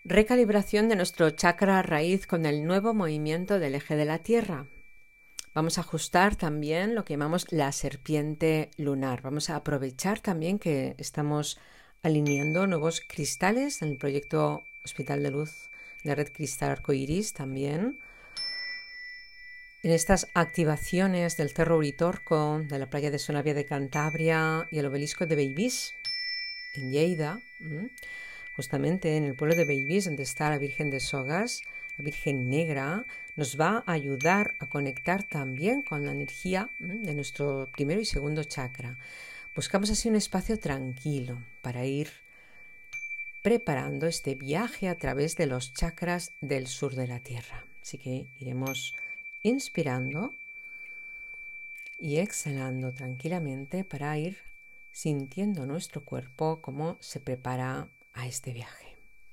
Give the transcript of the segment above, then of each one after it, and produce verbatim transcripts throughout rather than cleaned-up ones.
Recalibración de nuestro chakra raíz con el nuevo movimiento del eje de la Tierra. Vamos a ajustar también lo que llamamos la serpiente lunar. Vamos a aprovechar también que estamos alineando nuevos cristales en el proyecto Hospital de Luz de Red Cristal Arcoiris también. En estas activaciones del Cerro Uritorco, de la playa de Sonavia de Cantabria y el obelisco de Beibís, en Lleida, justamente en el pueblo de Beibís, donde está la Virgen de Sogas, la Virgen Negra, nos va a ayudar a conectar también con la energía de nuestro primero y segundo chakra. Buscamos así un espacio tranquilo para ir preparando este viaje a través de los chakras del sur de la Tierra. Así que iremos inspirando y exhalando tranquilamente para ir sintiendo nuestro cuerpo cómo se prepara a este viaje.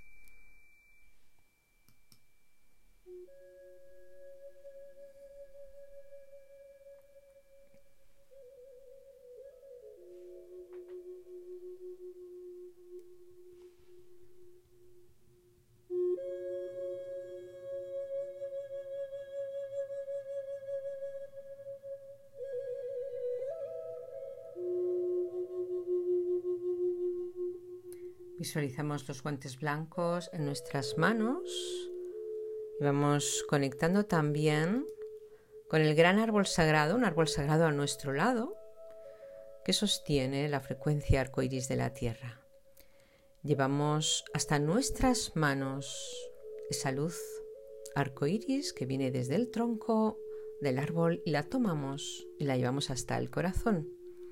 Visualizamos los guantes blancos en nuestras manos y vamos conectando también con el gran árbol sagrado, un árbol sagrado a nuestro lado que sostiene la frecuencia arcoíris de la Tierra. Llevamos hasta nuestras manos esa luz arcoíris que viene desde el tronco del árbol y la tomamos y la llevamos hasta el corazón.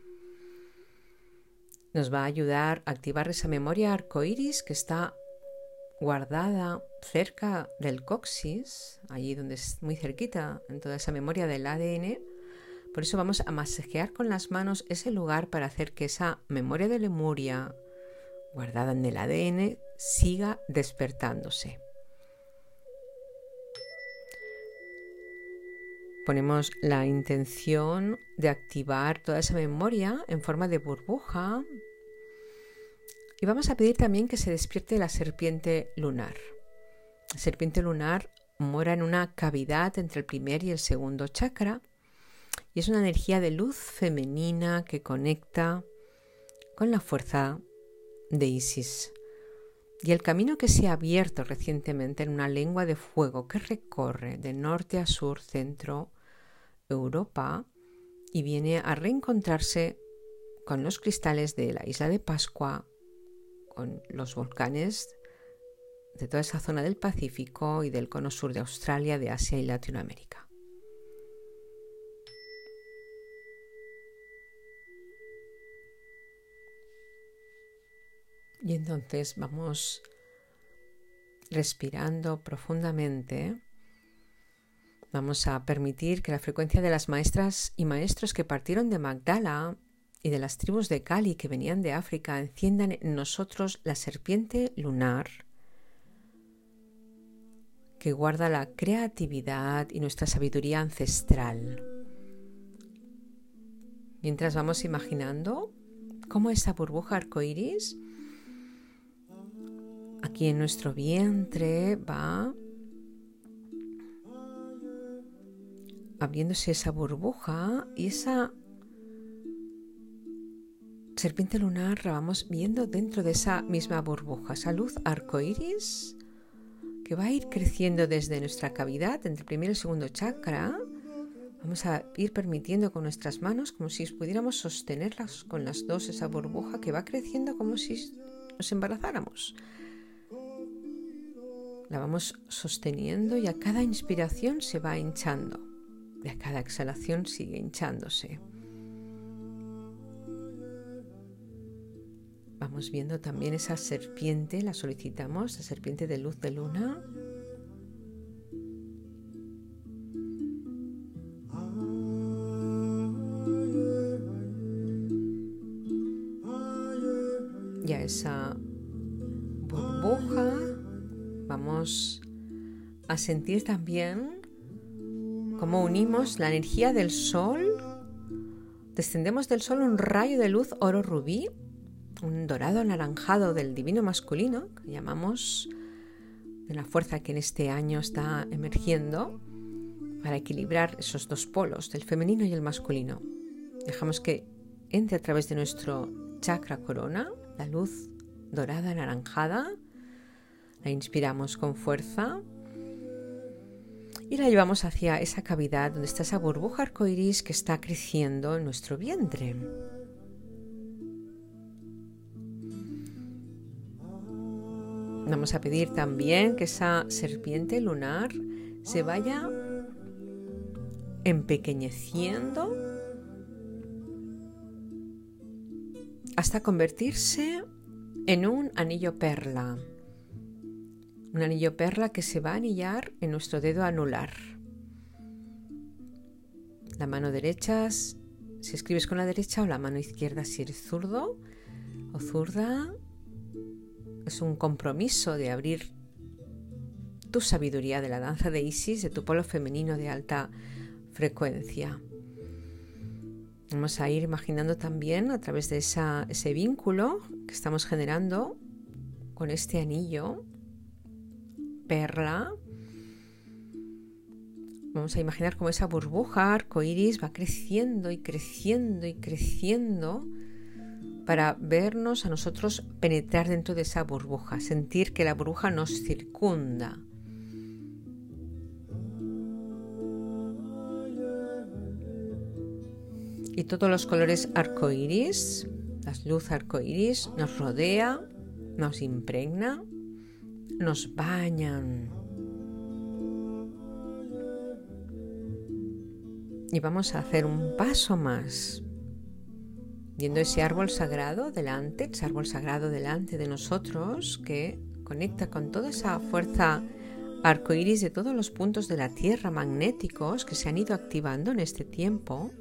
Nos va a ayudar a activar esa memoria arcoíris que está guardada cerca del coxis, allí donde es muy cerquita, en toda esa memoria del A D N. Por eso vamos a masajear con las manos ese lugar para hacer que esa memoria de Lemuria guardada en el A D N siga despertándose. Ponemos la intención de activar toda esa memoria en forma de burbuja y vamos a pedir también que se despierte la serpiente lunar. La serpiente lunar mora en una cavidad entre el primer y el segundo chakra y es una energía de luz femenina que conecta con la fuerza de Isis. Y el camino que se ha abierto recientemente en una lengua de fuego que recorre de norte a sur, centro, Europa, y viene a reencontrarse con los cristales de la isla de Pascua, con los volcanes de toda esa zona del Pacífico y del cono sur de Australia, de Asia y Latinoamérica. Y entonces vamos respirando profundamente. Vamos a permitir que la frecuencia de las maestras y maestros que partieron de Magdala y de las tribus de Cali que venían de África enciendan en nosotros la serpiente lunar que guarda la creatividad y nuestra sabiduría ancestral. Mientras vamos imaginando cómo esa burbuja arcoíris aquí en nuestro vientre va abriéndose esa burbuja y esa serpiente lunar la vamos viendo dentro de esa misma burbuja, esa luz arcoíris que va a ir creciendo desde nuestra cavidad entre el primer y el segundo chakra. Vamos a ir permitiendo con nuestras manos, como si pudiéramos sostenerlas con las dos, esa burbuja que va creciendo como si nos embarazáramos. La vamos sosteniendo y a cada inspiración se va hinchando. Y a cada exhalación sigue hinchándose. Vamos viendo también esa serpiente, la solicitamos, la serpiente de luz de luna. Y a esa burbuja vamos a sentir también cómo unimos la energía del sol, descendemos del sol un rayo de luz oro rubí, un dorado anaranjado del divino masculino, que llamamos de la fuerza que en este año está emergiendo para equilibrar esos dos polos, el femenino y el masculino. Dejamos que entre a través de nuestro chakra corona, la luz dorada anaranjada. La inspiramos con fuerza y la llevamos hacia esa cavidad donde está esa burbuja arcoíris que está creciendo en nuestro vientre. Vamos a pedir también que esa serpiente lunar se vaya empequeñeciendo hasta convertirse en un anillo perla. Un anillo perla que se va a anillar en nuestro dedo anular. La mano derecha, si escribes con la derecha, o la mano izquierda si eres zurdo o zurda. Es un compromiso de abrir tu sabiduría de la danza de Isis, de tu polo femenino de alta frecuencia. Vamos a ir imaginando también a través de esa, ese vínculo que estamos generando con este anillo perla. Vamos a imaginar cómo esa burbuja arcoíris va creciendo y creciendo y creciendo para vernos a nosotros penetrar dentro de esa burbuja, sentir que la burbuja nos circunda. Y todos los colores arcoíris, la luz arcoíris nos rodea, nos impregna, nos bañan. Y vamos a hacer un paso más, viendo ese árbol sagrado delante, ese árbol sagrado delante de nosotros que conecta con toda esa fuerza arcoíris de todos los puntos de la Tierra magnéticos que se han ido activando en este tiempo.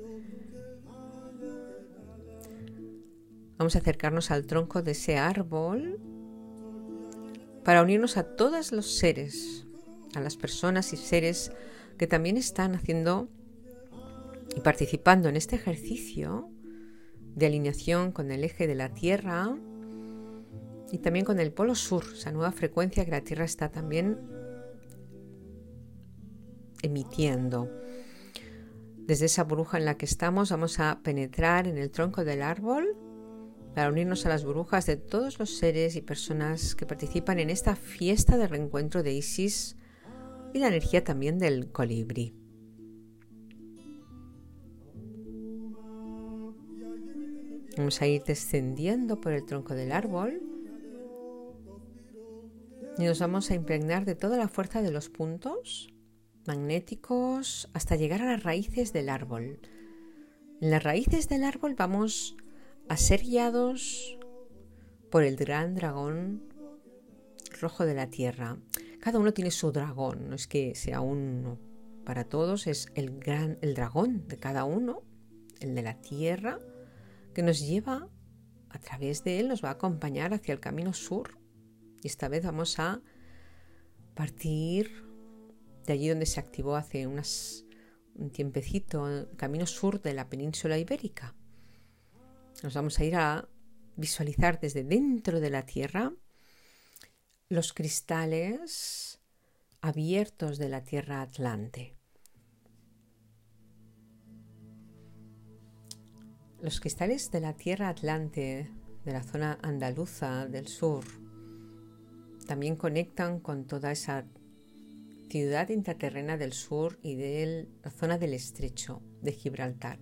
Vamos a acercarnos al tronco de ese árbol para unirnos a todos los seres, a las personas y seres que también están haciendo y participando en este ejercicio de alineación con el eje de la Tierra y también con el polo sur, esa nueva frecuencia que la Tierra está también emitiendo. Desde esa burbuja en la que estamos vamos a penetrar en el tronco del árbol para unirnos a las burbujas de todos los seres y personas que participan en esta fiesta de reencuentro de Isis y la energía también del colibrí. Vamos a ir descendiendo por el tronco del árbol y nos vamos a impregnar de toda la fuerza de los puntos magnéticos hasta llegar a las raíces del árbol. En las raíces del árbol vamos a ser guiados por el gran dragón rojo de la Tierra. Cada uno tiene su dragón, no es que sea uno para todos, es el gran, el dragón de cada uno, el de la Tierra, que nos lleva a través de él, nos va a acompañar hacia el camino sur. Y esta vez vamos a partir de allí donde se activó hace unas, un tiempecito el camino sur de la península ibérica. Nos vamos a ir a visualizar desde dentro de la Tierra los cristales abiertos de la Tierra Atlante. Los cristales de la Tierra Atlante, de la zona andaluza del sur, también conectan con toda esa ciudad intraterrena del sur y de la zona del estrecho de Gibraltar.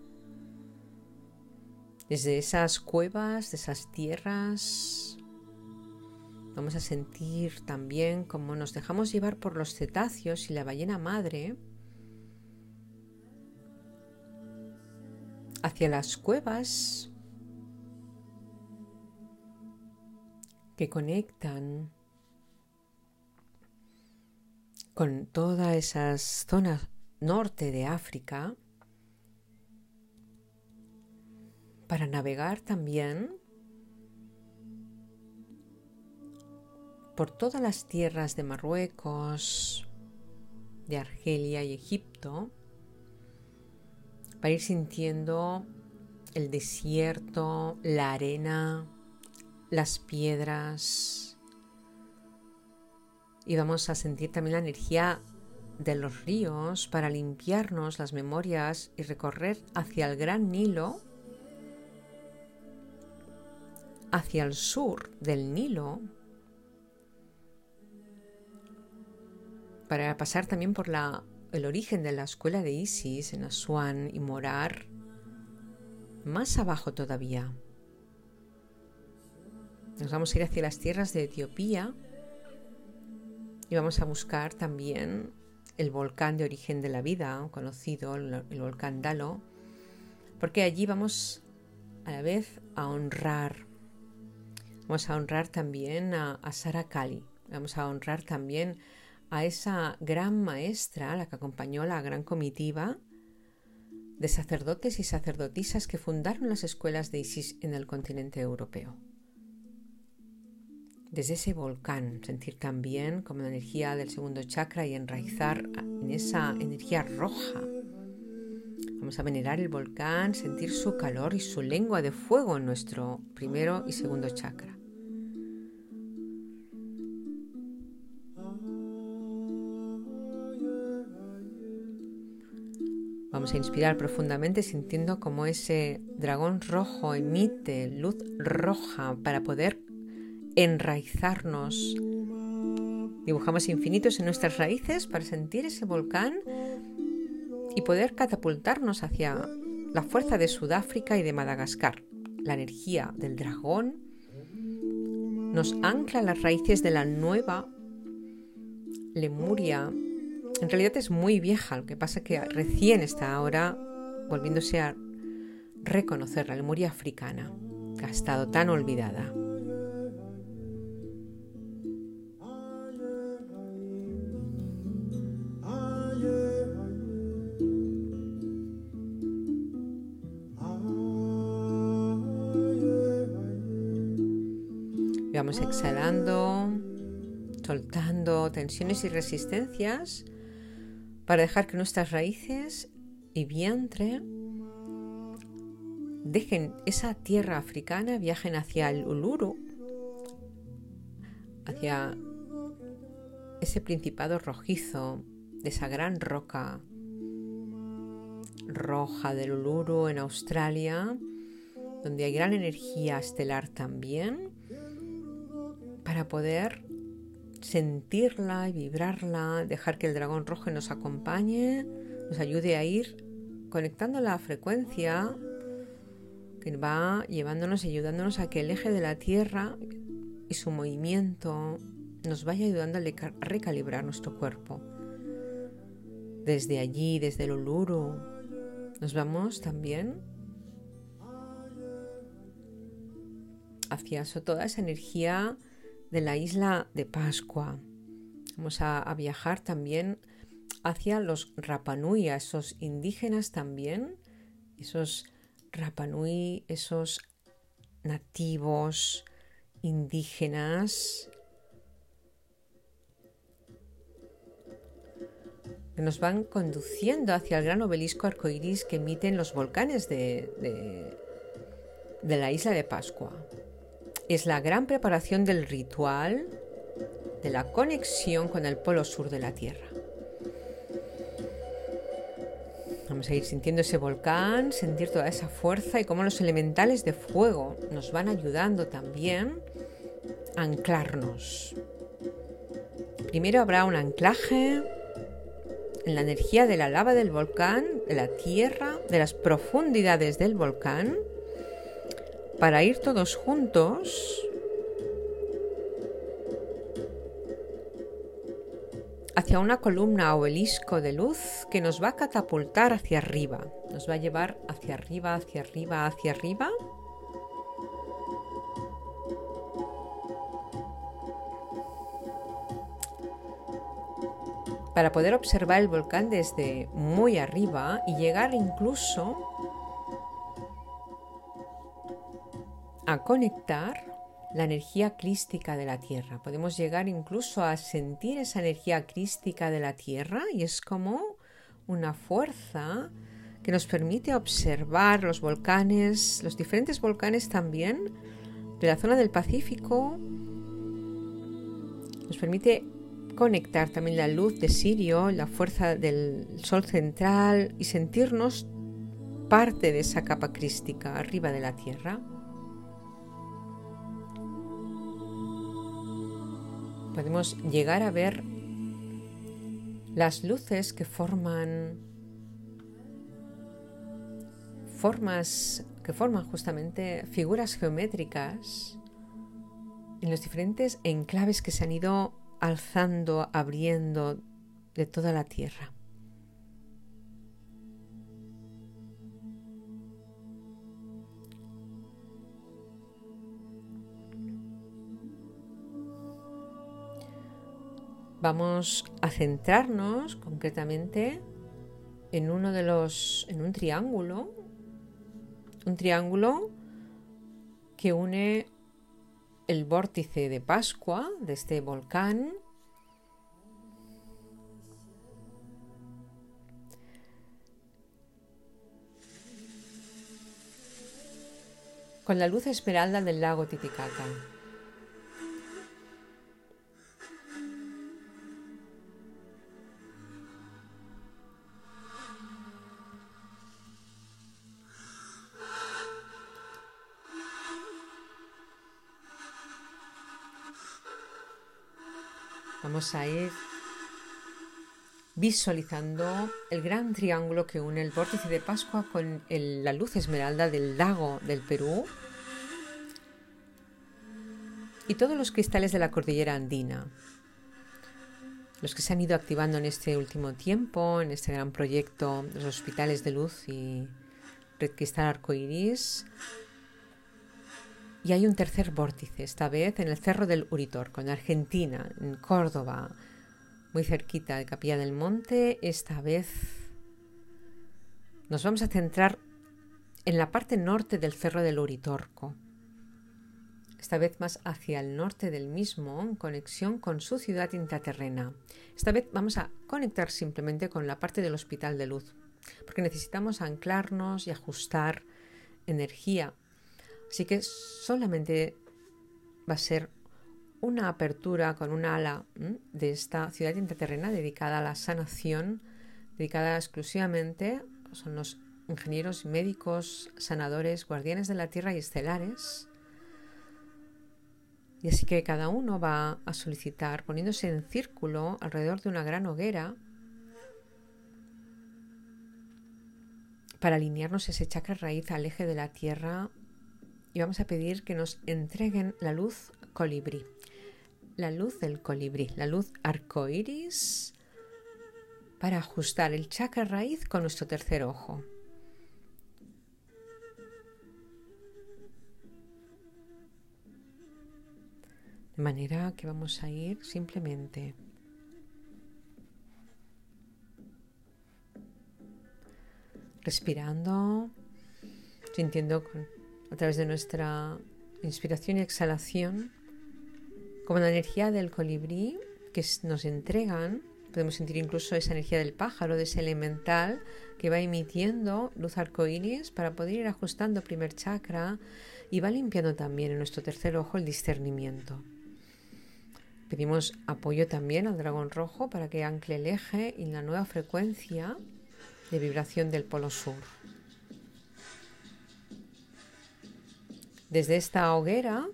Desde esas cuevas, de esas tierras, vamos a sentir también cómo nos dejamos llevar por los cetáceos y la ballena madre hacia las cuevas que conectan con toda esa zona norte de África para navegar también por todas las tierras de Marruecos, de Argelia y Egipto, para ir sintiendo el desierto, la arena, las piedras, Y vamos a sentir también la energía de los ríos para limpiarnos las memorias y recorrer hacia el Gran Nilo, hacia el sur del Nilo, para pasar también por la, el origen de la escuela de Isis en Asuán y morar más abajo todavía. Nos vamos a ir hacia las tierras de Etiopía y vamos a buscar también el volcán de origen de la vida, conocido, el, el volcán Dalo, porque allí vamos a la vez a honrar. Vamos a honrar también a, a Sara Kali. Vamos a honrar también a esa gran maestra, la que acompañó a la gran comitiva de sacerdotes y sacerdotisas que fundaron las escuelas de Isis en el continente europeo. Desde ese volcán, sentir también como la energía del segundo chakra y enraizar en esa energía roja. Vamos a venerar el volcán, sentir su calor y su lengua de fuego en nuestro primero y segundo chakra. Vamos a inspirar profundamente sintiendo como ese dragón rojo emite luz roja para poder enraizarnos. Dibujamos infinitos en nuestras raíces para sentir ese volcán y poder catapultarnos hacia la fuerza de Sudáfrica y de Madagascar. La energía del dragón nos ancla las raíces de la nueva Lemuria. En realidad es muy vieja, lo que pasa es que recién está ahora volviéndose a reconocer la Lemuria africana, que ha estado tan olvidada. Vamos exhalando, soltando tensiones y resistencias para dejar que nuestras raíces y vientre dejen esa tierra africana, viajen hacia el Uluru, hacia ese principado rojizo de esa gran roca roja del Uluru en Australia, donde hay gran energía estelar también, para poder sentirla y vibrarla, dejar que el dragón rojo nos acompañe, nos ayude a ir conectando la frecuencia que va llevándonos y ayudándonos a que el eje de la Tierra y su movimiento nos vaya ayudando a recalibrar nuestro cuerpo. Desde allí, desde el Uluru, nos vamos también hacia toda esa energía de la isla de Pascua. Vamos a, a viajar también hacia los Rapa Nui, a esos indígenas también, esos Rapa Nui, esos nativos indígenas que nos van conduciendo hacia el gran obelisco arcoíris que emiten los volcanes de, de, de la isla de Pascua. Es la gran preparación del ritual de la conexión con el polo sur de la Tierra. Vamos a ir sintiendo ese volcán, sentir toda esa fuerza y cómo los elementales de fuego nos van ayudando también a anclarnos. Primero habrá un anclaje en la energía de la lava del volcán, de la tierra, de las profundidades del volcán, para ir todos juntos hacia una columna o obelisco de luz que nos va a catapultar hacia arriba, nos va a llevar hacia arriba, hacia arriba, hacia arriba, para poder observar el volcán desde muy arriba y llegar incluso a conectar la energía crística de la Tierra. Podemos llegar incluso a sentir esa energía crística de la Tierra y es como una fuerza que nos permite observar los volcanes, los diferentes volcanes también de la zona del Pacífico. Nos permite conectar también la luz de Sirio, la fuerza del sol central y sentirnos parte de esa capa crística arriba de la Tierra. Podemos llegar a ver las luces que forman formas que forman justamente figuras geométricas en los diferentes enclaves que se han ido alzando, abriendo de toda la Tierra. Vamos a centrarnos concretamente en uno de los, en un triángulo, un triángulo que une el vórtice de Pascua de este volcán con la luz esmeralda del lago Titicaca. Vamos a ir visualizando el gran triángulo que une el vórtice de Pascua con el, la luz esmeralda del lago del Perú y todos los cristales de la cordillera andina, los que se han ido activando en este último tiempo, en este gran proyecto de los hospitales de luz y red cristal arcoiris. Y hay un tercer vórtice, esta vez en el Cerro del Uritorco, en Argentina, en Córdoba, muy cerquita de Capilla del Monte. Esta vez nos vamos a centrar en la parte norte del Cerro del Uritorco. Esta vez más hacia el norte del mismo, en conexión con su ciudad intraterrena. Esta vez vamos a conectar simplemente con la parte del Hospital de Luz, porque necesitamos anclarnos y ajustar energía. Así que solamente va a ser una apertura con un ala ¿m? de esta ciudad intraterrena dedicada a la sanación, dedicada exclusivamente, son los ingenieros, médicos, sanadores, guardianes de la tierra y estelares. Y así que cada uno va a solicitar, poniéndose en círculo alrededor de una gran hoguera, para alinearnos ese chakra raíz al eje de la tierra. Y vamos a pedir que nos entreguen la luz colibrí, la luz del colibrí, la luz arcoíris, para ajustar el chakra raíz con nuestro tercer ojo. De manera que vamos a ir simplemente respirando, sintiendo con a través de nuestra inspiración y exhalación, como la energía del colibrí que nos entregan. Podemos sentir incluso esa energía del pájaro, de ese elemental que va emitiendo luz arcoíris para poder ir ajustando el primer chakra y va limpiando también en nuestro tercer ojo el discernimiento. Pedimos apoyo también al dragón rojo para que ancle el eje y la nueva frecuencia de vibración del polo sur. Desde esta hoguera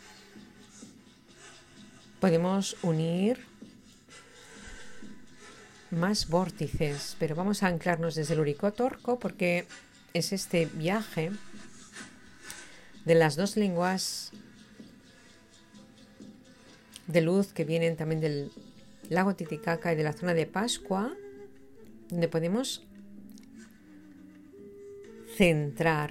podemos unir más vórtices, pero vamos a anclarnos desde el Uritorco porque es este viaje de las dos lenguas de luz que vienen también del lago Titicaca y de la zona de Pascua, donde podemos centrar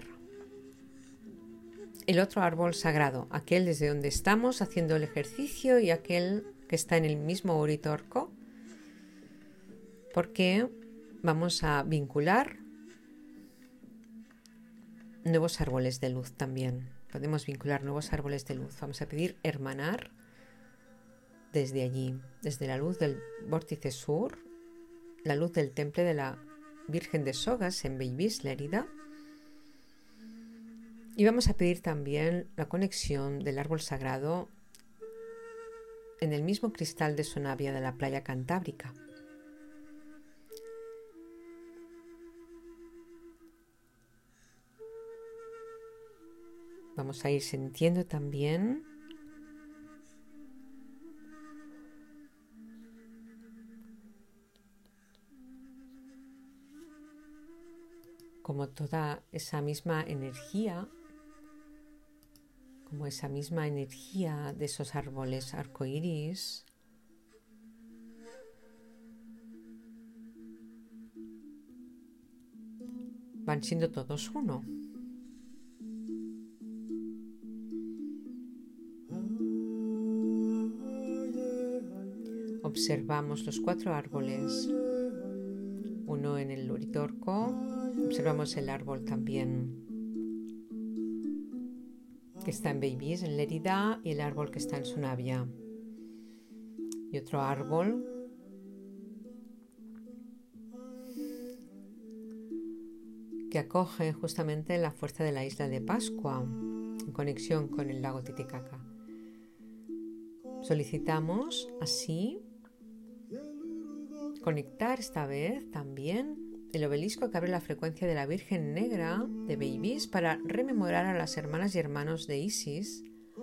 el otro árbol sagrado, aquel desde donde estamos haciendo el ejercicio y aquel que está en el mismo Uritorco, porque vamos a vincular nuevos árboles de luz también. Podemos vincular nuevos árboles de luz. Vamos a pedir hermanar desde allí, desde la luz del vórtice sur, la luz del temple de la Virgen de Sogas en Beibís, Lérida. Y vamos a pedir también la conexión del árbol sagrado en el mismo cristal de Sonabia de la playa Cantábrica. Vamos a ir sintiendo también como toda esa misma energía, como esa misma energía de esos árboles arcoíris van siendo todos uno. Observamos los cuatro árboles, uno en el Uritorco, observamos el árbol también que está en Beibís, en Lérida, y el árbol que está en Sonabia. Y otro árbol que acoge justamente la fuerza de la isla de Pascua, en conexión con el lago Titicaca. Solicitamos así conectar esta vez también el obelisco que abre la frecuencia de la Virgen Negra de Beibís para rememorar a las hermanas y hermanos de Isis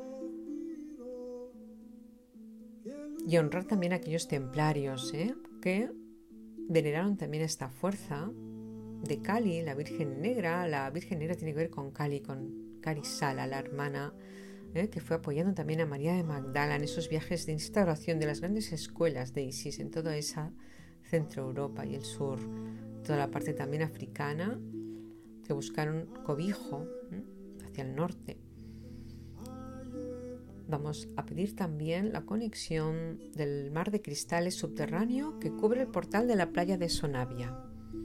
y honrar también a aquellos templarios ¿eh? que veneraron también esta fuerza de Kali, la Virgen Negra. La Virgen Negra tiene que ver con Kali, con Karisala, la hermana ¿eh? que fue apoyando también a María de Magdala en esos viajes de instauración de las grandes escuelas de Isis en toda esa Centro Europa y el sur, toda la parte también africana, que buscaron cobijo ¿eh? hacia el norte. Vamos a pedir también la conexión del mar de cristales subterráneo que cubre el portal de la playa de Sonabia.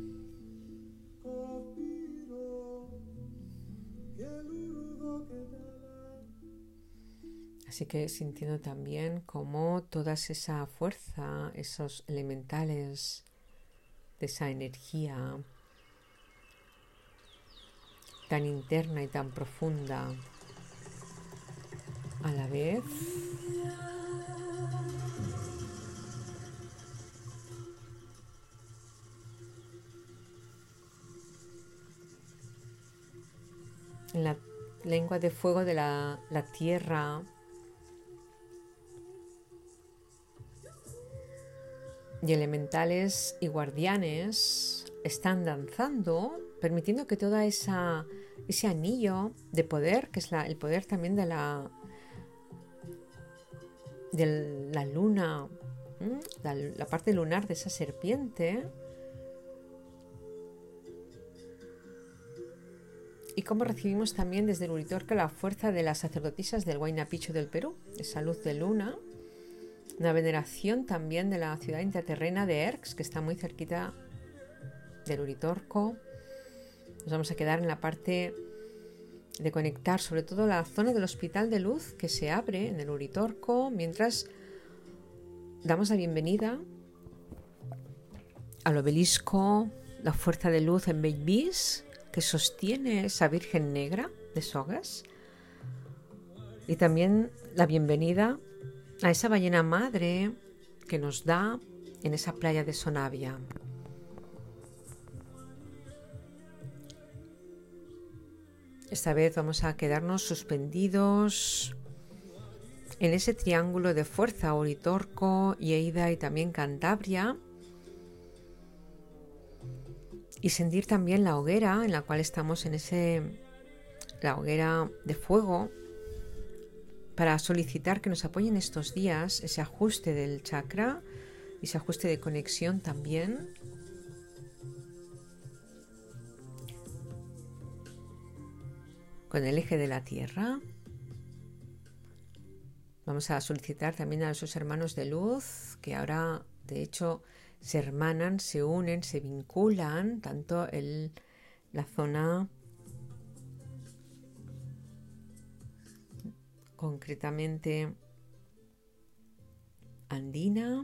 Así que sintiendo también cómo toda esa fuerza, esos elementales de esa energía tan interna y tan profunda a la vez en la lengua de fuego de la, la tierra y elementales y guardianes están danzando, permitiendo que toda esa ese anillo de poder, que es la, el poder también de la de la luna, ¿eh? la, la parte lunar de esa serpiente, y cómo recibimos también desde el Uritorco la fuerza de las sacerdotisas del Huayna Picchu del Perú, esa luz de luna. Una veneración también de la ciudad intraterrena de Erx, que está muy cerquita del Uritorco. Nos vamos a quedar en la parte de conectar, sobre todo la zona del Hospital de Luz que se abre en el Uritorco, mientras damos la bienvenida al obelisco, la fuerza de luz en Beibís, que sostiene esa Virgen Negra de Sogas, y también la bienvenida a esa ballena madre que nos da en esa playa de Sonabia. Esta vez vamos a quedarnos suspendidos en ese triángulo de fuerza, Uritorco, Lleida y también Cantabria, y sentir también la hoguera en la cual estamos, en ese la hoguera de fuego, para solicitar que nos apoyen estos días ese ajuste del chakra, ese ajuste de conexión también. Con el eje de la Tierra. Vamos a solicitar también a esos hermanos de luz que ahora, de hecho, se hermanan, se unen, se vinculan, tanto en la zona concretamente andina,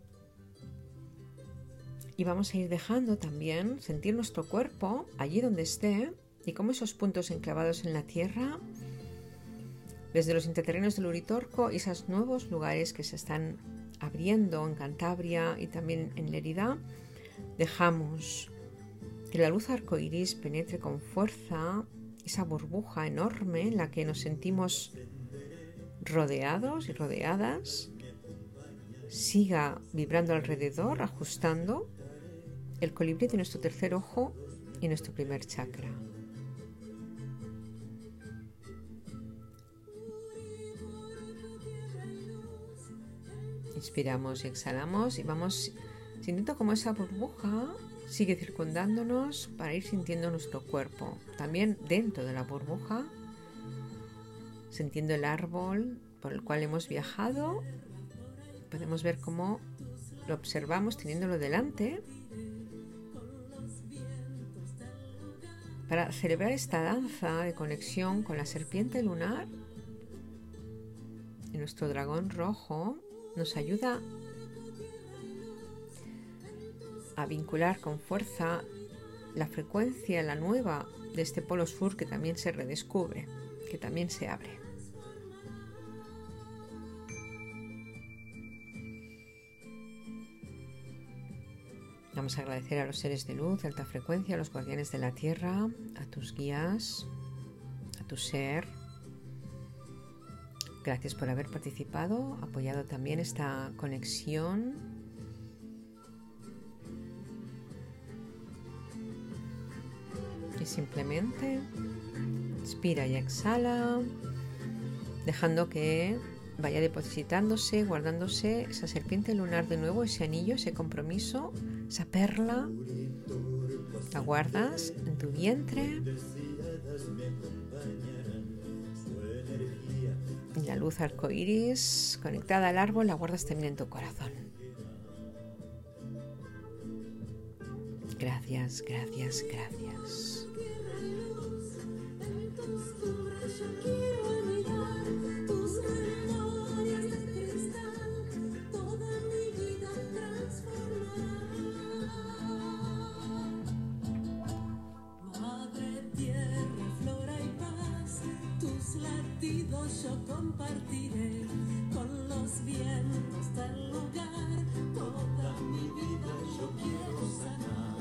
y vamos a ir dejando también sentir nuestro cuerpo allí donde esté, y cómo esos puntos enclavados en la tierra Desde los interterrenos del Uritorco y esos nuevos lugares que se están abriendo en Cantabria y también en Lérida, dejamos que la luz arcoíris penetre con fuerza esa burbuja enorme en la que nos sentimos rodeados y rodeadas, siga vibrando alrededor, ajustando el colibrí de nuestro tercer ojo y nuestro primer chakra. Inspiramos y exhalamos y vamos sintiendo como esa burbuja sigue circundándonos para ir sintiendo nuestro cuerpo. También dentro de la burbuja, sintiendo el árbol por el cual hemos viajado, podemos ver cómo lo observamos teniéndolo delante para celebrar esta danza de conexión con la serpiente lunar. Y nuestro dragón rojo nos ayuda a vincular con fuerza la frecuencia, la nueva de este polo sur que también se redescubre, que también se abre. Vamos a agradecer a los seres de luz, de alta frecuencia, a los guardianes de la tierra, a tus guías, a tu ser. Gracias por haber participado, apoyado también esta conexión. Y simplemente inspira y exhala, dejando que vaya depositándose, guardándose esa serpiente lunar de nuevo, ese anillo, ese compromiso, esa perla. La guardas en tu vientre. Y la luz arcoíris conectada al árbol la guardas también en tu corazón. Gracias, gracias, gracias. Yo compartiré con los vientos del lugar, toda mi vida yo quiero sanar.